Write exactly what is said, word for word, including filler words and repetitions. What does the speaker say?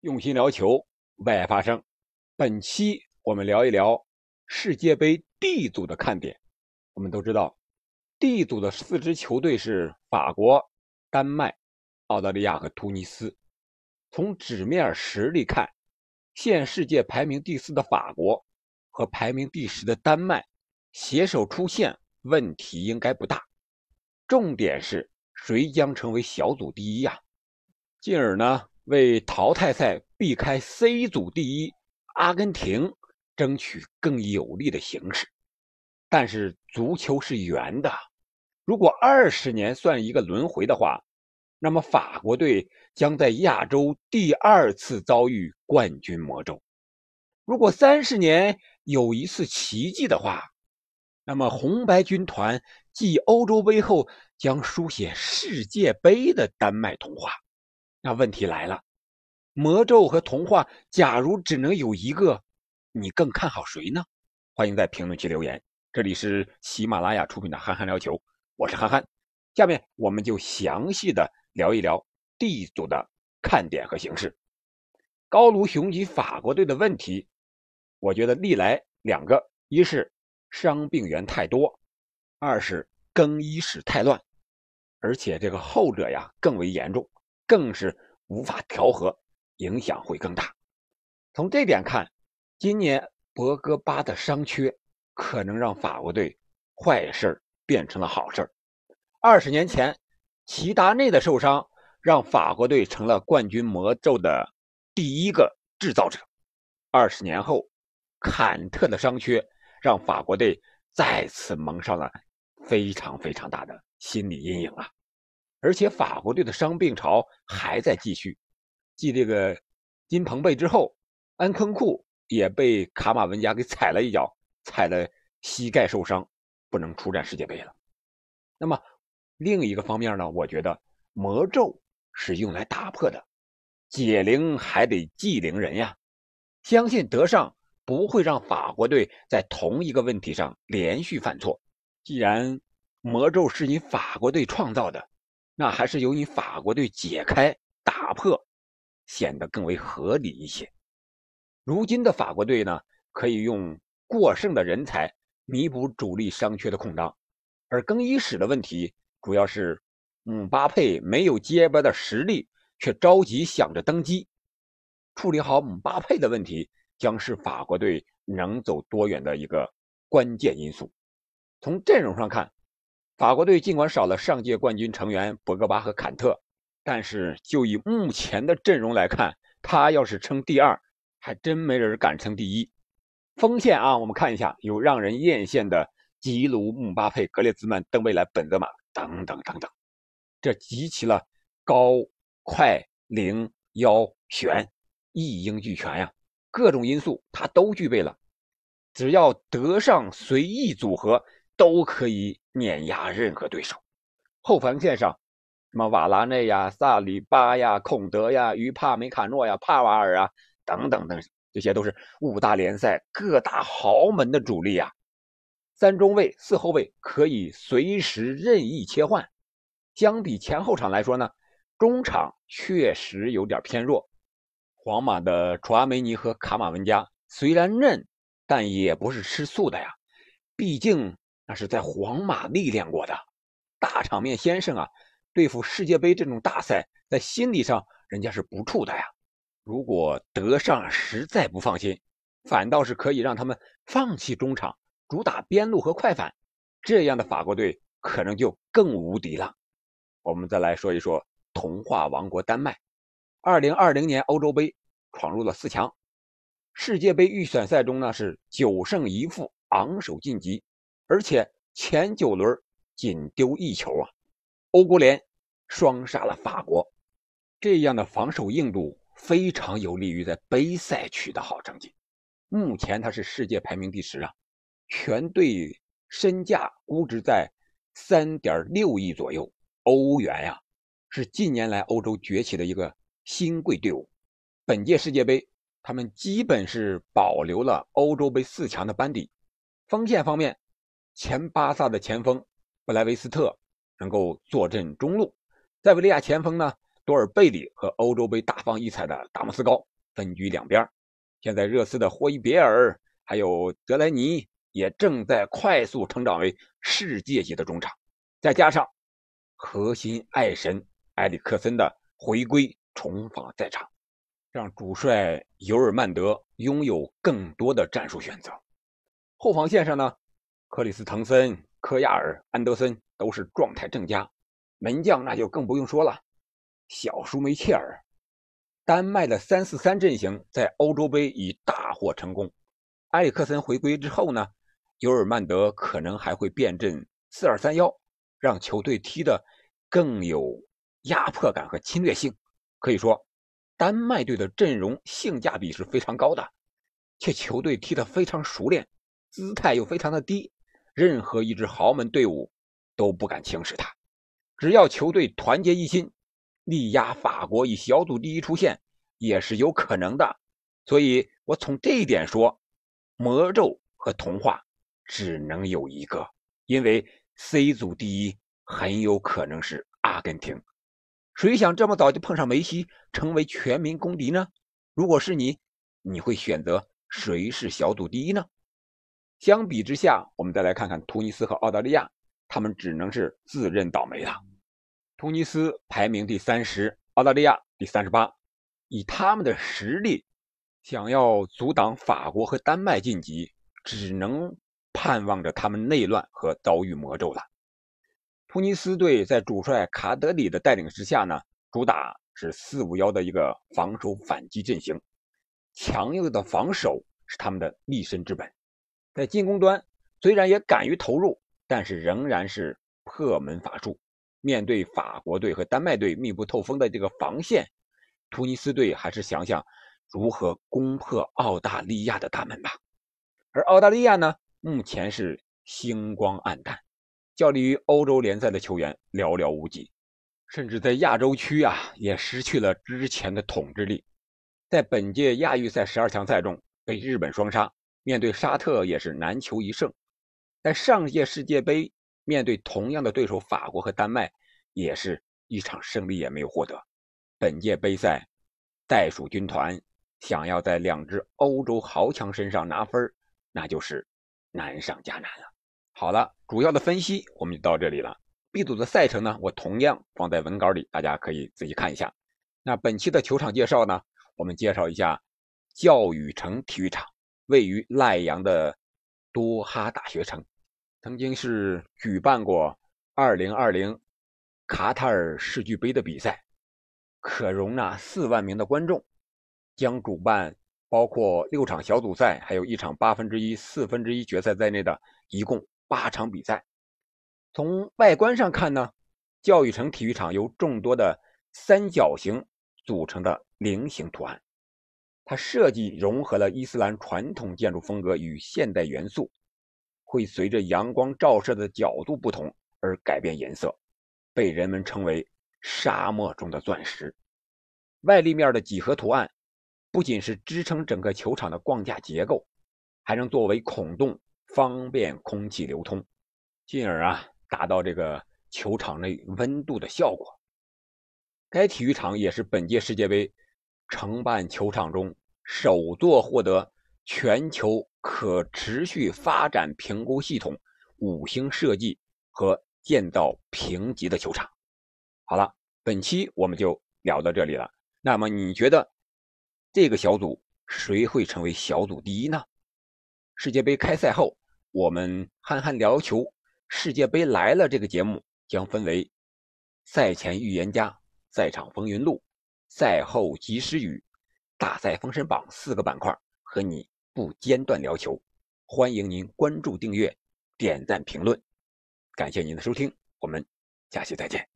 用心聊球，为爱发声。本期我们聊一聊世界杯 D 组的看点。我们都知道 ，D 组的四支球队是法国、丹麦、澳大利亚和突尼斯。从纸面实力看，现世界排名第四的法国和排名第十的丹麦携手出线，问题应该不大。重点是谁将成为小组第一呀、啊？进而呢，为淘汰赛避开 C 组第一阿根廷争取更有利的形势。但是足球是圆的，如果二十年算一个轮回的话，那么法国队将在亚洲第二次遭遇冠军魔咒。如果三十年有一次奇迹的话，那么红白军团继欧洲杯后将书写世界杯的丹麦童话。那问题来了，魔咒和童话假如只能有一个，你更看好谁呢？欢迎在评论区留言。这里是喜马拉雅出品的憨憨聊球，我是憨憨。下面我们就详细的聊一聊 D 组的看点和形势。高卢雄鸡法国队的问题，我觉得历来两个，一是伤病源太多，二是更衣室太乱，而且这个后者呀更为严重，更是无法调和，影响会更大。从这点看，今年博格巴的伤缺可能让法国队坏事变成了好事。二十年前，齐达内的受伤让法国队成了冠军魔咒的第一个制造者。二十年后，坎特的伤缺让法国队再次蒙上了非常非常大的心理阴影啊！而且法国队的伤病潮还在继续。继这个金彭贝之后，安坑库也被卡马文加给踩了一脚，踩了膝盖受伤，不能出战世界杯了。那么另一个方面呢，我觉得魔咒是用来打破的，解铃还得系铃人呀。相信德尚不会让法国队在同一个问题上连续犯错。既然魔咒是你法国队创造的，那还是由你法国队解开打破，显得更为合理一些。如今的法国队呢，可以用过剩的人才弥补主力伤缺的空当，而更衣室的问题主要是姆巴佩没有接班的实力，却着急想着登基。处理好姆巴佩的问题，将是法国队能走多远的一个关键因素。从阵容上看，法国队尽管少了上届冠军成员博格巴和坎特，但是就以目前的阵容来看，他要是称第二，还真没人敢称第一。锋线啊，我们看一下，有让人艳羡的吉鲁、姆巴佩、格列兹曼、登贝莱、本泽马等等等等，这集齐了高、快、灵、腰、旋，一应俱全呀，各种因素他都具备了。只要得上随意组合，都可以碾压任何对手。后防线上，什么瓦拉内呀、萨里巴呀、孔德呀、于帕梅卡诺呀、帕瓦尔啊等等等，这些都是五大联赛各大豪门的主力啊。三中卫、四后卫可以随时任意切换。相比前后场来说呢，中场确实有点偏弱。皇马的楚阿梅尼和卡马文加虽然嫩，但也不是吃素的呀，毕竟那是在皇马历练过的大场面先生啊，对付世界杯这种大赛，在心理上人家是不怵的呀。如果德尚实在不放心，反倒是可以让他们放弃中场，主打边路和快反，这样的法国队可能就更无敌了。我们再来说一说童话王国丹麦，二零二零年欧洲杯闯入了四强，世界杯预选赛中呢是九胜一负，昂首晋级，而且前九轮仅丢一球啊！欧国联双杀了法国，这样的防守硬度非常有利于在杯赛取得好成绩。目前他是世界排名第十啊，全队身价估值在 三点六亿左右欧元呀、啊，是近年来欧洲崛起的一个新贵队伍。本届世界杯他们基本是保留了欧洲杯四强的班底。锋线方面，前巴萨的前锋布莱维斯特能够坐镇中路，塞维利亚前锋呢多尔贝里和欧洲杯大放异彩的达姆斯高分居两边。现在热刺的霍伊别尔还有德莱尼也正在快速成长为世界级的中场，再加上核心爱神埃里克森的回归重访在场，让主帅尤尔曼德拥有更多的战术选择。后防线上呢，克里斯滕森、科亚尔、安德森都是状态正佳，门将那就更不用说了，小舒梅切尔。丹麦的三四三阵型在欧洲杯已大获成功，埃里克森回归之后呢，尤尔曼德可能还会变阵四二三一，让球队踢得更有压迫感和侵略性。可以说丹麦队的阵容性价比是非常高的，且球队踢得非常熟练，姿态又非常的低，任何一支豪门队伍都不敢轻视他。只要球队团结一心，力压法国以小组第一出线也是有可能的。所以我从这一点说，魔咒和童话只能有一个，因为 C 组第一很有可能是阿根廷。谁想这么早就碰上梅西，成为全民公敌呢？如果是你，你会选择谁是小组第一呢？相比之下，我们再来看看突尼斯和澳大利亚，他们只能是自认倒霉了。突尼斯排名第三十，澳大利亚第三十八，以他们的实力，想要阻挡法国和丹麦晋级，只能盼望着他们内乱和遭遇魔咒了。突尼斯队在主帅卡德里的带领之下呢，主打是四五一的一个防守反击阵型，强硬的防守是他们的立身之本。在进攻端虽然也敢于投入，但是仍然是破门法术。面对法国队和丹麦队密不透风的这个防线，突尼斯队还是想想如何攻破澳大利亚的大门吧。而澳大利亚呢，目前是星光黯淡，效力于欧洲联赛的球员寥寥无几，甚至在亚洲区啊也失去了之前的统治力。在本届亚预赛十二强赛中被日本双杀，面对沙特也是难求一胜。在上届世界杯面对同样的对手法国和丹麦，也是一场胜利也没有获得。本届杯赛袋鼠军团想要在两支欧洲豪强身上拿分，那就是难上加难了。好了，主要的分析我们就到这里了。B 组的赛程呢，我同样放在文稿里，大家可以仔细看一下。那本期的球场介绍呢，我们介绍一下教育城体育场，位于赖阳的多哈大学城，曾经是举办过二零二零卡塔尔世俱杯的比赛，可容纳四万名的观众，将主办包括六场小组赛，还有一场八分之一、四分之一决赛在内的一共八场比赛。从外观上看呢，教育城体育场由众多的三角形组成的菱形图案，它设计融合了伊斯兰传统建筑风格与现代元素，会随着阳光照射的角度不同而改变颜色，被人们称为沙漠中的钻石。外立面的几何图案不仅是支撑整个球场的框架结构，还能作为孔洞，方便空气流通，进而啊达到这个球场内温度的效果。该体育场也是本届世界杯承办球场中首座获得全球可持续发展评估系统五星设计和建造评级的球场。好了，本期我们就聊到这里了。那么你觉得这个小组谁会成为小组第一呢？世界杯开赛后，我们憨憨聊球世界杯来了这个节目将分为赛前预言家、赛场风云录、赛后及时雨、大赛封神榜四个板块，和你不间断聊球。欢迎您关注、订阅、点赞、评论。感谢您的收听，我们下期再见。